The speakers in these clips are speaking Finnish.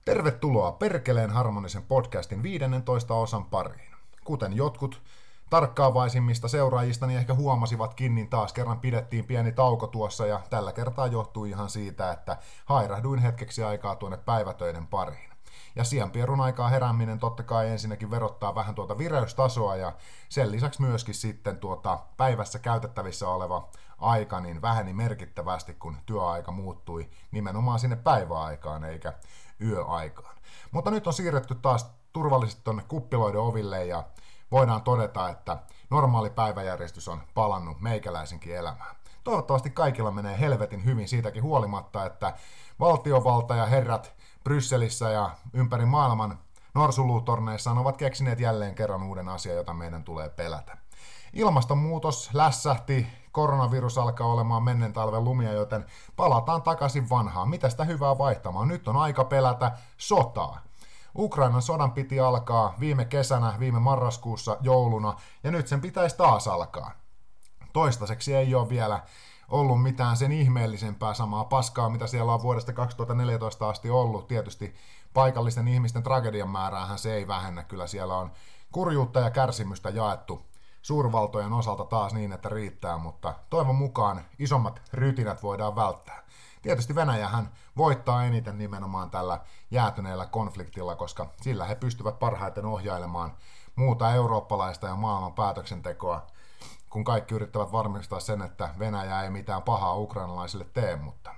Tervetuloa Perkeleen harmonisen podcastin 15 osan pariin. Kuten jotkut tarkkaavaisimmista seuraajistani ehkä huomasivatkin, niin taas kerran pidettiin pieni tauko tuossa ja tällä kertaa johtui ihan siitä, että hairahduin hetkeksi aikaa tuonne päivätöiden pariin. Ja sianpierun aikaa herääminen totta kai ensinnäkin verottaa vähän tuota vireystasoa ja sen lisäksi myöskin sitten päivässä käytettävissä oleva aika niin väheni merkittävästi, kun työaika muuttui nimenomaan sinne päiväaikaan eikä yöaikaan. Mutta nyt on siirretty taas turvallisesti tuonne kuppiloiden oville ja voidaan todeta, että normaali päiväjärjestys on palannut meikäläisenkin elämään. Toivottavasti kaikilla menee helvetin hyvin siitäkin huolimatta, että valtiovalta ja herrat Brysselissä ja ympäri maailman norsuluutorneissaan ovat keksineet jälleen kerran uuden asian, jota meidän tulee pelätä. Ilmastonmuutos lässähti, koronavirus alkaa olemaan menneen talven lumia, joten palataan takaisin vanhaan. Mitä sitä hyvää vaihtamaan? Nyt on aika pelätä sotaa. Ukrainan sodan piti alkaa viime kesänä, viime marraskuussa, jouluna, ja nyt sen pitäisi taas alkaa. Toistaiseksi ei ole vielä ollut mitään sen ihmeellisempää samaa paskaa, mitä siellä on vuodesta 2014 asti ollut. Tietysti paikallisten ihmisten tragedian määräähän se ei vähennä. Kyllä siellä on kurjuutta ja kärsimystä jaettu suurvaltojen osalta taas niin, että riittää, mutta toivon mukaan isommat rytinät voidaan välttää. Tietysti Venäjähän voittaa eniten nimenomaan tällä jäätyneellä konfliktilla, koska sillä he pystyvät parhaiten ohjailemaan muuta eurooppalaista ja maailman päätöksentekoa, kun kaikki yrittävät varmistaa sen, että Venäjä ei mitään pahaa ukrainalaisille tee, mutta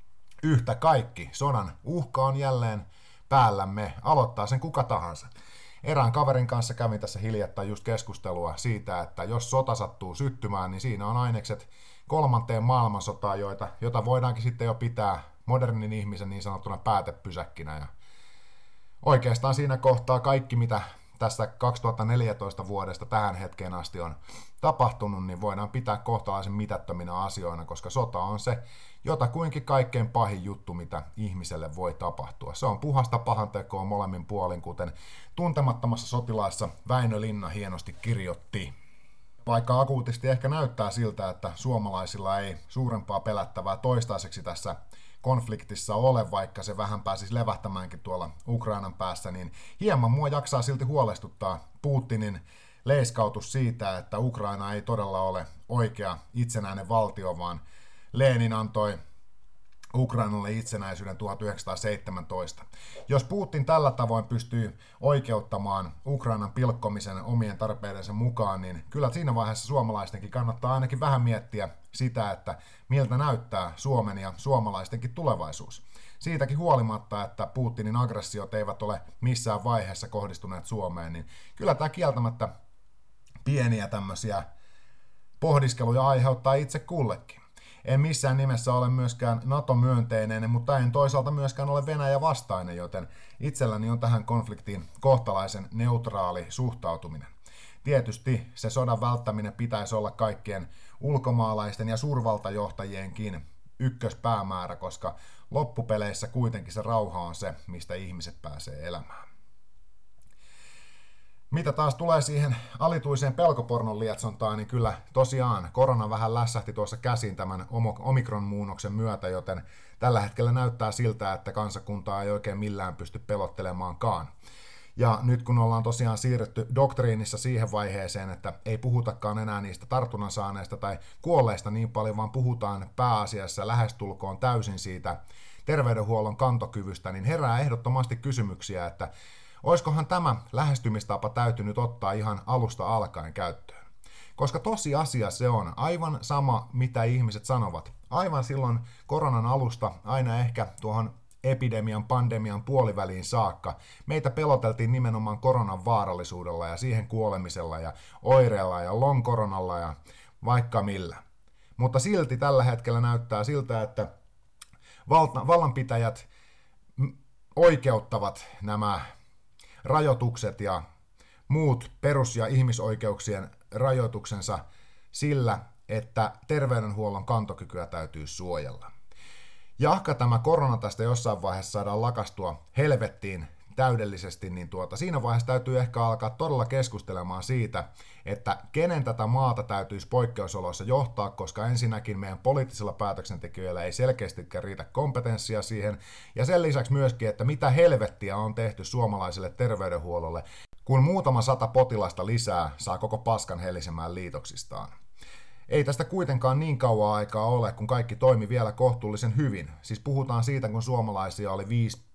yhtä kaikki sodan uhka on jälleen päällämme, aloittaa sen kuka tahansa. Erään kaverin kanssa kävin tässä hiljattain just keskustelua siitä, että jos sota sattuu syttymään, niin siinä on ainekset kolmanteen maailmansotaan, jota voidaankin sitten jo pitää modernin ihmisen niin sanottuna päätepysäkkinä. Ja oikeastaan siinä kohtaa kaikki, mitä tässä 2014 vuodesta tähän hetkeen asti on tapahtunut, niin voidaan pitää kohtalaisen mitättöminä asioina, koska sota on se jotakuinkin kaikkein pahin juttu, mitä ihmiselle voi tapahtua. Se on puhasta pahantekoa molemmin puolin, kuten Tuntemattomassa sotilaassa Väinö Linna hienosti kirjoitti. Vaikka akuutisti ehkä näyttää siltä, että suomalaisilla ei suurempaa pelättävää toistaiseksi tässä konfliktissa ole, vaikka se vähän pääsisi levähtämäänkin tuolla Ukrainan päässä, niin hieman mua jaksaa silti huolestuttaa Putinin leiskautus siitä, että Ukraina ei todella ole oikea itsenäinen valtio, vaan Lenin antoi Ukrainalle itsenäisyyden 1917. Jos Putin tällä tavoin pystyy oikeuttamaan Ukrainan pilkkomisen omien tarpeidensa mukaan, niin kyllä siinä vaiheessa suomalaistenkin kannattaa ainakin vähän miettiä sitä, että miltä näyttää Suomen ja suomalaistenkin tulevaisuus. Siitäkin huolimatta, että Putinin aggressiot eivät ole missään vaiheessa kohdistuneet Suomeen, niin kyllä tämä kieltämättä pieniä tämmöisiä pohdiskeluja aiheuttaa itse kullekin. En missään nimessä ole myöskään NATO-myönteinen, mutta en toisaalta myöskään ole Venäjä-vastainen, joten itselläni on tähän konfliktiin kohtalaisen neutraali suhtautuminen. Tietysti se sodan välttäminen pitäisi olla kaikkien ulkomaalaisten ja suurvaltajohtajienkin ykköspäämäärä, koska loppupeleissä kuitenkin se rauha on se, mistä ihmiset pääsee elämään. Mitä taas tulee siihen alituiseen pelkopornon lietsontaan, niin kyllä tosiaan korona vähän lässähti tuossa käsin tämän omikron-muunnoksen myötä, joten tällä hetkellä näyttää siltä, että kansakuntaa ei oikein millään pysty pelottelemaankaan. Ja nyt kun ollaan tosiaan siirrytty doktriinissa siihen vaiheeseen, että ei puhutakaan enää niistä tartunnan saaneista tai kuolleista niin paljon, vaan puhutaan pääasiassa lähestulkoon täysin siitä terveydenhuollon kantokyvystä, niin herää ehdottomasti kysymyksiä, että oiskohan tämä lähestymistapa täytynyt ottaa ihan alusta alkaen käyttöön? Koska tosiasia se on aivan sama, mitä ihmiset sanovat. Aivan silloin koronan alusta aina ehkä tuohon epidemian, pandemian puoliväliin saakka. Meitä peloteltiin nimenomaan koronan vaarallisuudella ja siihen kuolemisella ja oireella ja long-koronalla ja vaikka millä. Mutta silti tällä hetkellä näyttää siltä, että vallanpitäjät oikeuttavat nämä rajoitukset ja muut perus- ja ihmisoikeuksien rajoituksensa sillä, että terveydenhuollon kantokykyä täytyy suojella. Jahka tämä korona tästä jossain vaiheessa saadaan lakastua helvettiin täydellisesti, niin siinä vaiheessa täytyy ehkä alkaa todella keskustelemaan siitä, että kenen tätä maata täytyisi poikkeusoloissa johtaa, koska ensinnäkin meidän poliittisilla päätöksentekijöillä ei selkeästikään riitä kompetenssia siihen, ja sen lisäksi myöskin, että mitä helvettiä on tehty suomalaiselle terveydenhuollolle, kun muutama 100 potilasta lisää saa koko paskan helisemään liitoksistaan. Ei tästä kuitenkaan niin kauan aikaa ole, kun kaikki toimi vielä kohtuullisen hyvin. Siis puhutaan siitä, kun suomalaisia oli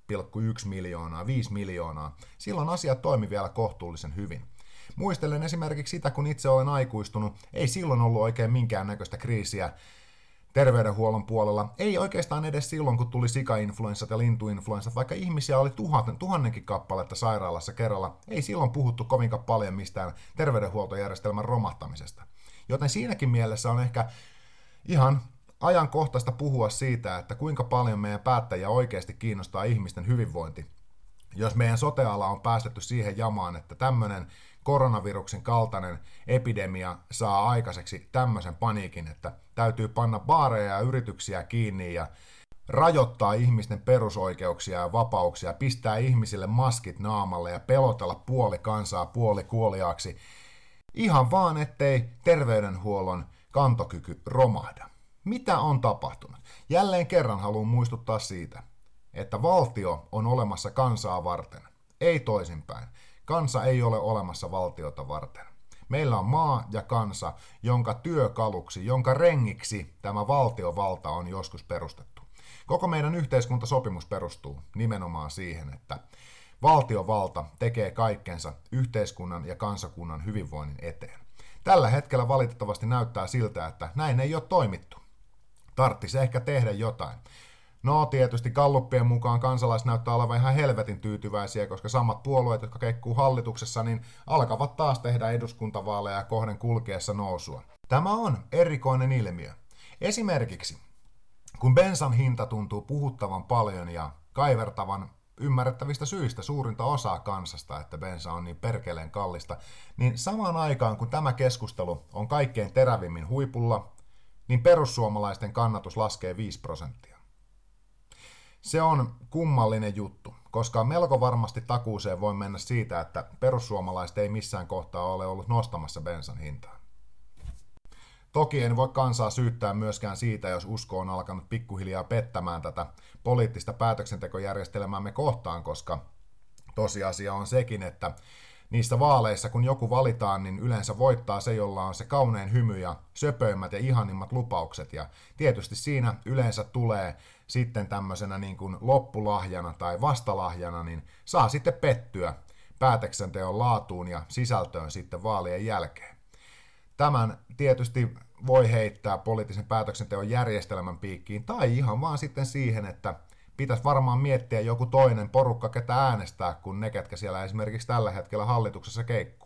5,1 miljoonaa, 5 miljoonaa. Silloin asiat toimi vielä kohtuullisen hyvin. Muistelen esimerkiksi sitä, kun itse olen aikuistunut, ei silloin ollut oikein minkäännäköistä kriisiä terveydenhuollon puolella. Ei oikeastaan edes silloin, kun tuli sika-influenssat ja lintuinfluenssat, vaikka ihmisiä oli tuhannenkin kappaletta sairaalassa kerralla. Ei silloin puhuttu kovinkaan paljon mistään terveydenhuoltojärjestelmän romahtamisesta. Joten siinäkin mielessä on ehkä ihan ajankohtaista puhua siitä, että kuinka paljon meidän päättäjiä oikeasti kiinnostaa ihmisten hyvinvointi. Jos meidän sote-ala on päästetty siihen jamaan, että tämmöinen koronaviruksen kaltainen epidemia saa aikaiseksi tämmöisen paniikin, että täytyy panna baareja ja yrityksiä kiinni ja rajoittaa ihmisten perusoikeuksia ja vapauksia, pistää ihmisille maskit naamalle ja pelotella puoli kansaa puolikuoliaaksi, ihan vaan ettei terveydenhuollon kantokyky romahda. Mitä on tapahtunut? Jälleen kerran haluan muistuttaa siitä, että valtio on olemassa kansaa varten, ei toisinpäin. Kansa ei ole olemassa valtiota varten. Meillä on maa ja kansa, jonka työkaluksi, jonka rengiksi tämä valtiovalta on joskus perustettu. Koko meidän yhteiskuntasopimus perustuu nimenomaan siihen, että valtiovalta tekee kaikkensa yhteiskunnan ja kansakunnan hyvinvoinnin eteen. Tällä hetkellä valitettavasti näyttää siltä, että näin ei ole toimittu. Tarttisi ehkä tehdä jotain. No tietysti galluppien mukaan kansalaiset näyttää olevan ihan helvetin tyytyväisiä, koska samat puolueet, jotka keikkuu hallituksessa, niin alkavat taas tehdä eduskuntavaaleja kohden kulkeessa nousua. Tämä on erikoinen ilmiö. Esimerkiksi, kun bensan hinta tuntuu puhuttavan paljon ja kaivertavan ymmärrettävistä syistä suurinta osaa kansasta, että bensa on niin perkeleen kallista, niin samaan aikaan kun tämä keskustelu on kaikkein terävimmin huipulla, niin perussuomalaisten kannatus laskee 5%. Se on kummallinen juttu, koska melko varmasti takuuseen voi mennä siitä, että perussuomalaiset ei missään kohtaa ole ollut nostamassa bensan hintaa. Toki en voi kansaa syyttää myöskään siitä, jos usko on alkanut pikkuhiljaa pettämään tätä poliittista päätöksentekojärjestelmäämme kohtaan, koska tosiasia on sekin, että niissä vaaleissa, kun joku valitaan, niin yleensä voittaa se, jolla on se kaunein hymy ja söpöimmät ja ihanimmat lupaukset. Ja tietysti siinä yleensä tulee sitten tämmöisenä niin kuin loppulahjana tai vastalahjana, niin saa sitten pettyä päätöksenteon laatuun ja sisältöön sitten vaalien jälkeen. Tämän tietysti voi heittää poliittisen päätöksenteon järjestelmän piikkiin tai ihan vaan sitten siihen, että pitäisi varmaan miettiä joku toinen porukka, ketä äänestää, kuin ne, ketkä siellä esimerkiksi tällä hetkellä hallituksessa keikkuu.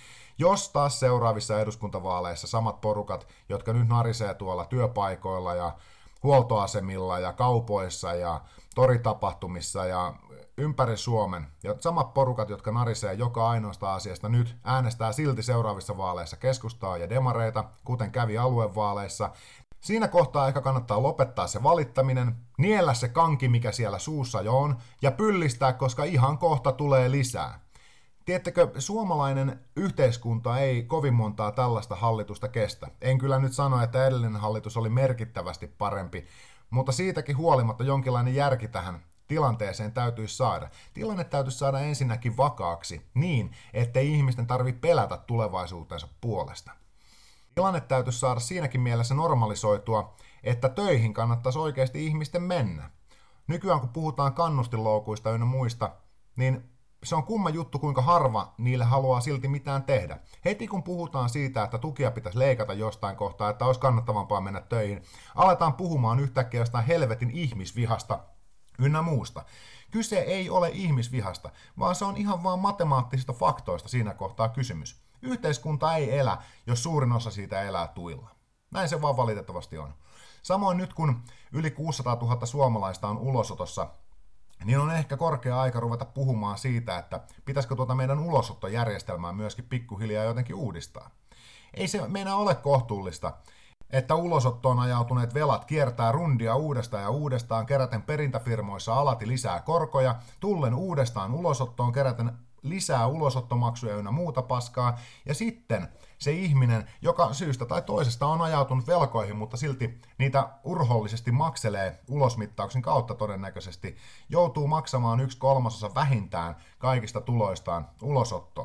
Jos taas seuraavissa eduskuntavaaleissa samat porukat, jotka nyt narisee tuolla työpaikoilla ja huoltoasemilla ja kaupoissa ja toritapahtumissa ja ympäri Suomen, ja samat porukat, jotka narisee joka ainoasta asiasta nyt, äänestää silti seuraavissa vaaleissa keskustaa ja demareita, kuten kävi aluevaaleissa. Siinä kohtaa ehkä kannattaa lopettaa se valittaminen, niellä se kanki, mikä siellä suussa jo on, ja pyllistää, koska ihan kohta tulee lisää. Tiedättekö, suomalainen yhteiskunta ei kovin montaa tällaista hallitusta kestä. En kyllä nyt sano, että edellinen hallitus oli merkittävästi parempi, mutta siitäkin huolimatta jonkinlainen järki tähän tilanteeseen täytyisi saada. Tilanne täytyisi saada ensinnäkin vakaaksi niin, ettei ihmisten tarvitse pelätä tulevaisuutensa puolesta. Tilanne täytyisi saada siinäkin mielessä normalisoitua, että töihin kannattaisi oikeasti ihmisten mennä. Nykyään kun puhutaan kannustinloukuista ynnä muista, niin se on kumma juttu, kuinka harva niille haluaa silti mitään tehdä. Heti kun puhutaan siitä, että tukia pitäisi leikata jostain kohtaa, että olisi kannattavampaa mennä töihin, aletaan puhumaan yhtäkkiä jostain helvetin ihmisvihasta ynnä muusta. Kyse ei ole ihmisvihasta, vaan se on ihan vaan matemaattisista faktoista siinä kohtaa kysymys. Yhteiskunta ei elä, jos suurin osa siitä elää tuilla. Näin se vaan valitettavasti on. Samoin nyt kun yli 600 000 suomalaista on ulosotossa, niin on ehkä korkea aika ruveta puhumaan siitä, että pitäisikö tuota meidän ulosottojärjestelmää myöskin pikkuhiljaa jotenkin uudistaa. Ei se meinaa ole kohtuullista, että ulosottoon ajautuneet velat kiertää rundia uudestaan ja uudestaan keräten perintäfirmoissa alati lisää korkoja, tullen uudestaan ulosottoon keräten lisää ulosottomaksuja ynnä muuta paskaa, ja sitten se ihminen, joka syystä tai toisesta on ajautunut velkoihin, mutta silti niitä urhollisesti makselee ulosmittauksen kautta todennäköisesti, joutuu maksamaan 1/3 vähintään kaikista tuloistaan ulosottoon.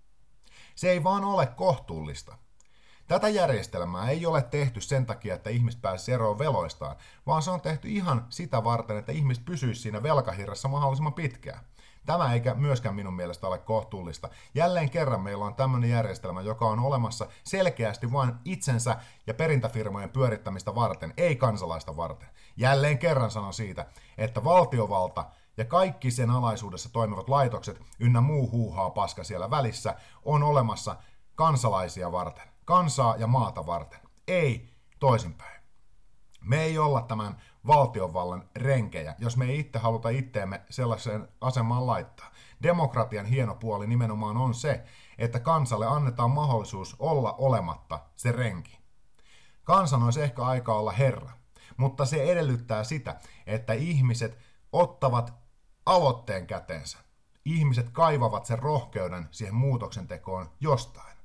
Se ei vaan ole kohtuullista. Tätä järjestelmää ei ole tehty sen takia, että ihmiset pääsisi eroon veloistaan, vaan se on tehty ihan sitä varten, että ihmiset pysyisi siinä velkahirrassa mahdollisimman pitkään. Tämä eikä myöskään minun mielestä ole kohtuullista. Jälleen kerran meillä on tämmöinen järjestelmä, joka on olemassa selkeästi vain itsensä ja perintäfirmojen pyörittämistä varten, ei kansalaista varten. Jälleen kerran sanon siitä, että valtiovalta ja kaikki sen alaisuudessa toimivat laitokset ynnä muu huuhaa paska siellä välissä on olemassa kansalaisia varten, kansaa ja maata varten, ei toisinpäin. Me ei olla tämän valtiovallan renkejä, jos me ei itse haluta itteemme sellaiseen asemaan laittaa. Demokratian hieno puoli nimenomaan on se, että kansalle annetaan mahdollisuus olla olematta se renki. Kansan olisi ehkä aika olla herra, mutta se edellyttää sitä, että ihmiset ottavat aloitteen käteensä. Ihmiset kaivavat sen rohkeuden siihen muutoksen tekoon jostain.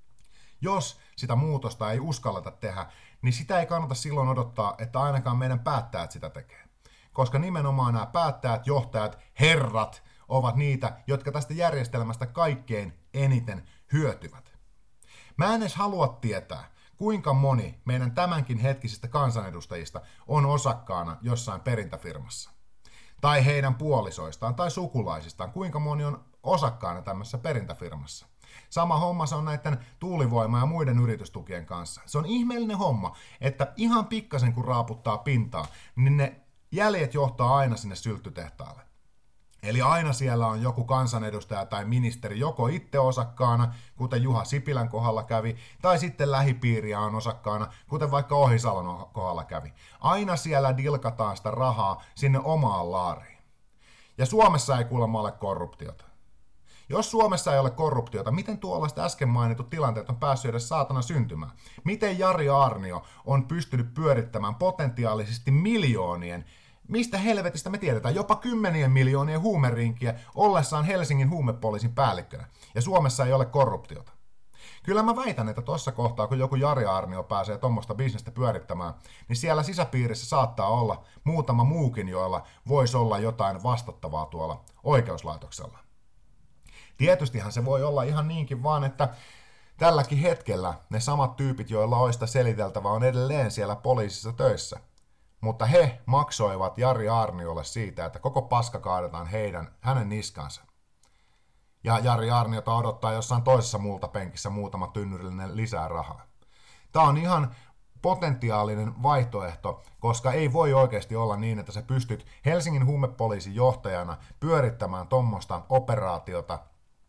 Jos sitä muutosta ei uskalleta tehdä, niin sitä ei kannata silloin odottaa, että ainakaan meidän päättäjät sitä tekee. Koska nimenomaan nämä päättäjät, johtajat, herrat ovat niitä, jotka tästä järjestelmästä kaikkein eniten hyötyvät. Mä en edes halua tietää, kuinka moni meidän tämänkin hetkisistä kansanedustajista on osakkaana jossain perintäfirmassa. Tai heidän puolisoistaan tai sukulaisistaan, kuinka moni on osakkaana tämmöisessä perintäfirmassa. Sama homma se on näiden tuulivoima- ja muiden yritystukien kanssa. Se on ihmeellinen homma, että ihan pikkasen kun raaputtaa pintaa, niin ne jäljet johtaa aina sinne sylttytehtaalle. Eli aina siellä on joku kansanedustaja tai ministeri joko itse osakkaana, kuten Juha Sipilän kohdalla kävi, tai sitten lähipiiriä on osakkaana, kuten vaikka Ohisalon kohdalla kävi. Aina siellä dilkataan sitä rahaa sinne omaan laariin. Ja Suomessa ei kuulemma ole korruptiota. Jos Suomessa ei ole korruptiota, miten tuollaiset äsken mainitut tilanteet on päässyt edes saatana syntymään? Miten Jari Aarnio on pystynyt pyörittämään potentiaalisesti miljoonien, mistä helvetistä me tiedetään, jopa 10 miljoonien huumerinkiä ollessaan Helsingin huumepoliisin päällikkönä, ja Suomessa ei ole korruptiota? Kyllä mä väitän, että tuossa kohtaa, kun joku Jari Aarnio pääsee tuommoista bisnestä pyörittämään, niin siellä sisäpiirissä saattaa olla muutama muukin, joilla voisi olla jotain vastattavaa tuolla oikeuslaitoksella. Tietystihän se voi olla ihan niinkin vaan, että tälläkin hetkellä ne samat tyypit, joilla on sitä seliteltävää, on edelleen siellä poliisissa töissä. Mutta he maksoivat Jari Aarniolle siitä, että koko paska kaadetaan hänen niskansa. Ja Jari Aarniota odottaa jossain toisessa multapenkissä muutama tynnyrillinen lisää rahaa. Tämä on ihan potentiaalinen vaihtoehto, koska ei voi oikeasti olla niin, että sä pystyt Helsingin huumepoliisin johtajana pyörittämään tuommoista operaatiota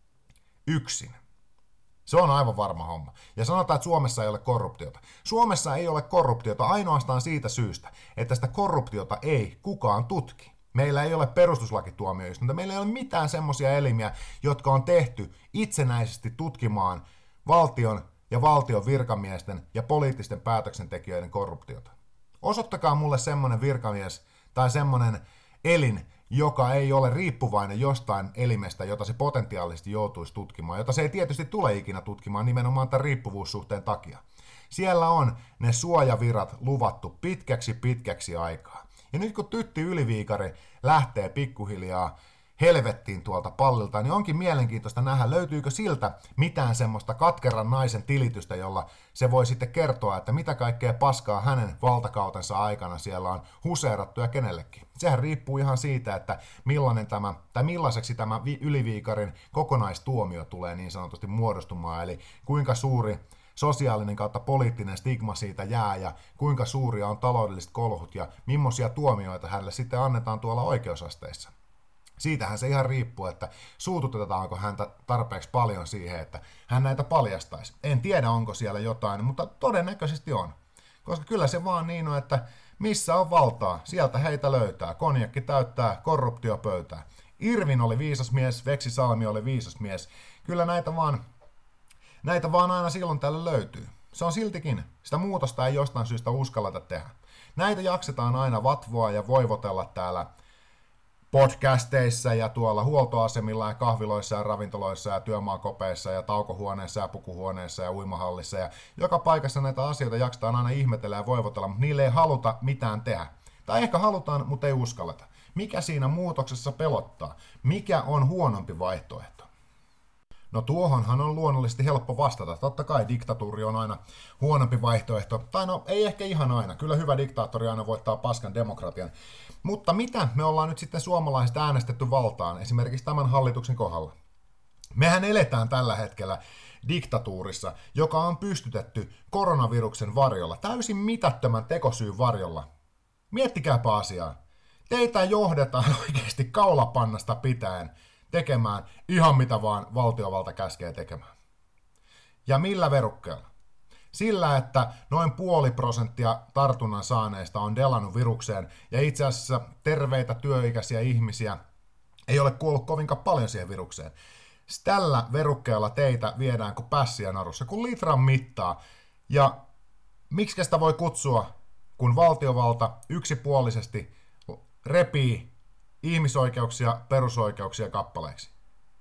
yksin. Se on aivan varma homma. Ja sanotaan, että Suomessa ei ole korruptiota. Suomessa ei ole korruptiota ainoastaan siitä syystä, että sitä korruptiota ei kukaan tutki. Meillä ei ole perustuslakituomioistuinta, meillä ei ole mitään semmoisia elimiä, jotka on tehty itsenäisesti tutkimaan valtion ja valtion virkamiesten ja poliittisten päätöksentekijöiden korruptiota. Osoittakaa mulle semmoinen virkamies tai semmoinen elin, joka ei ole riippuvainen jostain elimestä, jota se potentiaalisesti joutuisi tutkimaan, jota se ei tietysti tule ikinä tutkimaan nimenomaan tämän riippuvuussuhteen takia. Siellä on ne suojavirat luvattu pitkäksi aikaa. Ja nyt kun Tytti Yliviikari lähtee pikkuhiljaa helvettiin tuolta pallilta, niin onkin mielenkiintoista nähdä, löytyykö siltä mitään semmoista katkeran naisen tilitystä, jolla se voi sitten kertoa, että mitä kaikkea paskaa hänen valtakautensa aikana siellä on huseerattu ja kenellekin. Sehän riippuu ihan siitä, että millaiseksi tämä Yliviikarin kokonaistuomio tulee niin sanotusti muodostumaan, eli kuinka suuri sosiaalinen kautta poliittinen stigma siitä jää ja kuinka suuria on taloudelliset kolhut ja millaisia tuomioita hänelle sitten annetaan tuolla oikeusasteissa. Siitähän se ihan riippuu, että suututetaanko häntä tarpeeksi paljon siihen, että hän näitä paljastaisi. En tiedä, onko siellä jotain, mutta todennäköisesti on. Koska kyllä se vaan niin on, että missä on valtaa, sieltä heitä löytää. Konjakki täyttää korruptiopöytää. Irvin oli viisas mies, Veksi Salmi oli viisas mies. Kyllä näitä vaan aina silloin tällä löytyy. se on siltikin. Sitä muutosta ei jostain syystä uskalleta tehdä. Näitä jaksetaan aina vatvoa ja voivotella täällä podcasteissa ja tuolla huoltoasemilla ja kahviloissa ja ravintoloissa ja työmaakopeissa ja taukohuoneissa ja pukuhuoneissa ja uimahallissa ja joka paikassa näitä asioita jaksetaan aina ihmetellä ja voivotella, mutta niille ei haluta mitään tehdä. Tai ehkä halutaan, mutta ei uskalleta. Mikä siinä muutoksessa pelottaa? Mikä on huonompi vaihtoehto? No tuohonhan on luonnollisesti helppo vastata. Totta kai diktatuuri on aina huonompi vaihtoehto. Tai no ei ehkä ihan aina. Kyllä hyvä diktaattori aina voittaa paskan demokratian. Mutta mitä me ollaan nyt sitten suomalaiset äänestetty valtaan esimerkiksi tämän hallituksen kohdalla? Mehän eletään tällä hetkellä diktatuurissa, joka on pystytetty koronaviruksen varjolla, täysin mitättömän tekosyyn varjolla. Miettikääpä asiaa. Teitä johdetaan oikeasti kaulapannasta pitäen tekemään ihan mitä vaan valtiovalta käskee tekemään. Ja millä verukkeella? Sillä, että noin 0,5% tartunnan saaneista on delannut virukseen, ja itse asiassa terveitä työikäisiä ihmisiä ei ole kuollut kovinkaan paljon siihen virukseen. Tällä verukkeella teitä viedään kuin pässiä narussa, kuin litran mittaa. Ja miksi sitä voi kutsua, kun valtiovalta yksipuolisesti repii ihmisoikeuksia, perusoikeuksia kappaleiksi?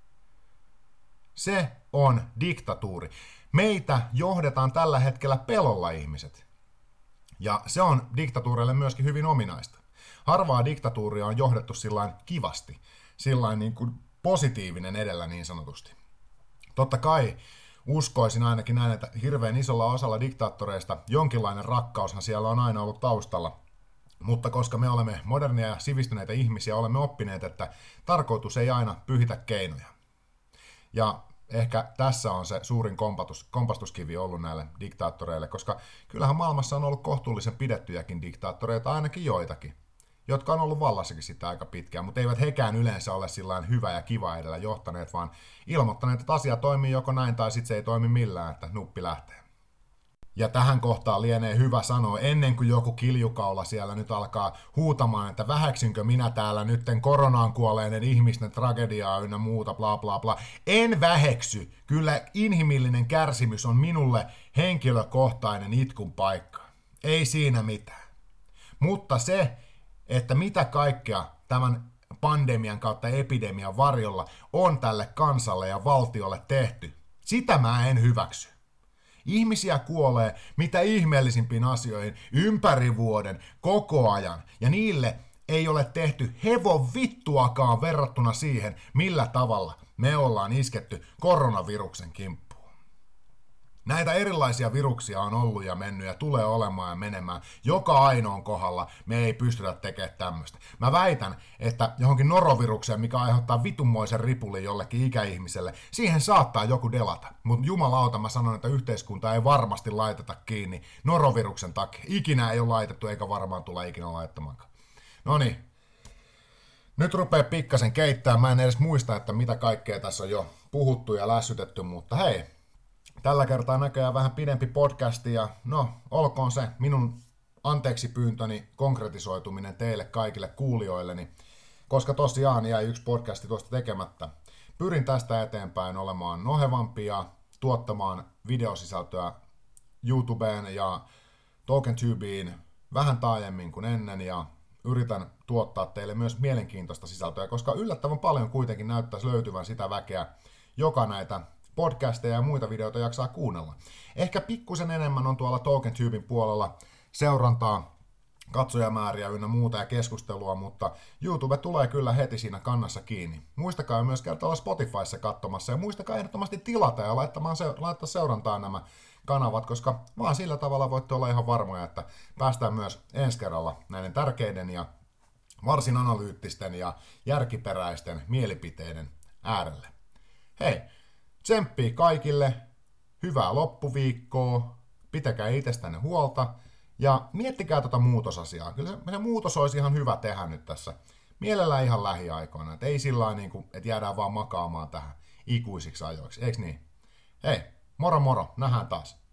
Se on diktatuuri. Meitä johdetaan tällä hetkellä pelolla, ihmiset. Ja se on diktatuureille myöskin hyvin ominaista. Harvaa diktatuuria on johdettu sillain kivasti, sillain niin kuin positiivinen edellä niin sanotusti. Totta kai uskoisin ainakin näin, että hirveän isolla osalla diktaattoreista jonkinlainen rakkaushan siellä on aina ollut taustalla. Mutta koska me olemme modernia ja sivistyneitä ihmisiä, olemme oppineet, että tarkoitus ei aina pyhitä keinoja. Ja ehkä tässä on se suurin kompastuskivi ollut näille diktaattoreille, koska kyllähän maailmassa on ollut kohtuullisen pidettyjäkin diktaattoreita, ainakin joitakin, jotka on ollut vallassakin sitä aika pitkään, mutta eivät hekään yleensä ole sillain hyvä ja kiva edellä johtaneet, vaan ilmoittaneet, että asia toimii joko näin tai sitten se ei toimi millään, että nuppi lähtee. Ja tähän kohtaan lienee hyvä sanoa, ennen kuin joku kiljukaula siellä nyt alkaa huutamaan, että väheksynkö minä täällä nytten koronaan kuolleiden ihmisten tragediaa ynnä muuta, bla bla bla. En väheksy. Kyllä inhimillinen kärsimys on minulle henkilökohtainen itkun paikka. Ei siinä mitään. Mutta se, että mitä kaikkea tämän pandemian kautta epidemian varjolla on tälle kansalle ja valtiolle tehty, sitä mä en hyväksy. Ihmisiä kuolee mitä ihmeellisimpiin asioihin ympäri vuoden, koko ajan, ja niille ei ole tehty hevon vittuakaan verrattuna siihen, millä tavalla me ollaan isketty koronaviruksen kimppuun. Näitä erilaisia viruksia on ollut ja mennyt ja tulee olemaan ja menemään. Joka ainoan kohdalla me ei pystytä tekemään tämmöistä. Mä väitän, että johonkin norovirukseen, mikä aiheuttaa vitunmoisen ripulin jollekin ikäihmiselle, siihen saattaa joku delata. Mutta jumalauta mä sanon, että yhteiskunta ei varmasti laiteta kiinni noroviruksen takia. Ikinä ei ole laitettu eikä varmaan tule ikinä laittamaankaan. Noniin. Nyt rupeaa pikkasen keittämään. Mä en edes muista, että mitä kaikkea tässä on jo puhuttu ja lässytetty, mutta hei. Tällä kertaa näköjään vähän pidempi podcasti ja no, olkoon se minun anteeksi pyyntöni konkretisoituminen teille kaikille kuulijoilleni, koska tosiaan jäi yksi podcasti tuosta tekemättä. Pyrin tästä eteenpäin olemaan nohevampi ja tuottamaan videosisältöä YouTubeen ja TalkTubeen vähän taajemmin kuin ennen ja yritän tuottaa teille myös mielenkiintoista sisältöä, koska yllättävän paljon kuitenkin näyttäisi löytyvän sitä väkeä, joka näitä podcasteja ja muita videoita jaksaa kuunnella. Ehkä pikkusen enemmän on tuolla TalkTuben puolella seurantaa, katsojamääriä ynnä muuta ja keskustelua, mutta YouTube tulee kyllä heti siinä kannassa kiinni. Muistakaa myös käydä olla Spotifyssa katsomassa ja muistakaa ehdottomasti tilata ja laittaa seurantaan nämä kanavat, koska vaan sillä tavalla voitte olla ihan varmoja, että päästään myös ensi kerralla näiden tärkeiden ja varsin analyyttisten ja järkiperäisten mielipiteiden äärelle. Hei! Tsemppii kaikille, hyvää loppuviikkoa, pitäkää itsestänne huolta ja miettikää tuota muutosasiaa. Kyllä se muutos olisi ihan hyvä tehdä nyt tässä. Mielellään ihan lähiaikoina, että ei sillä niin kuin, että jäädään vaan makaamaan tähän ikuisiksi ajoiksi, eiks niin? Hei, moro moro, nähdään taas.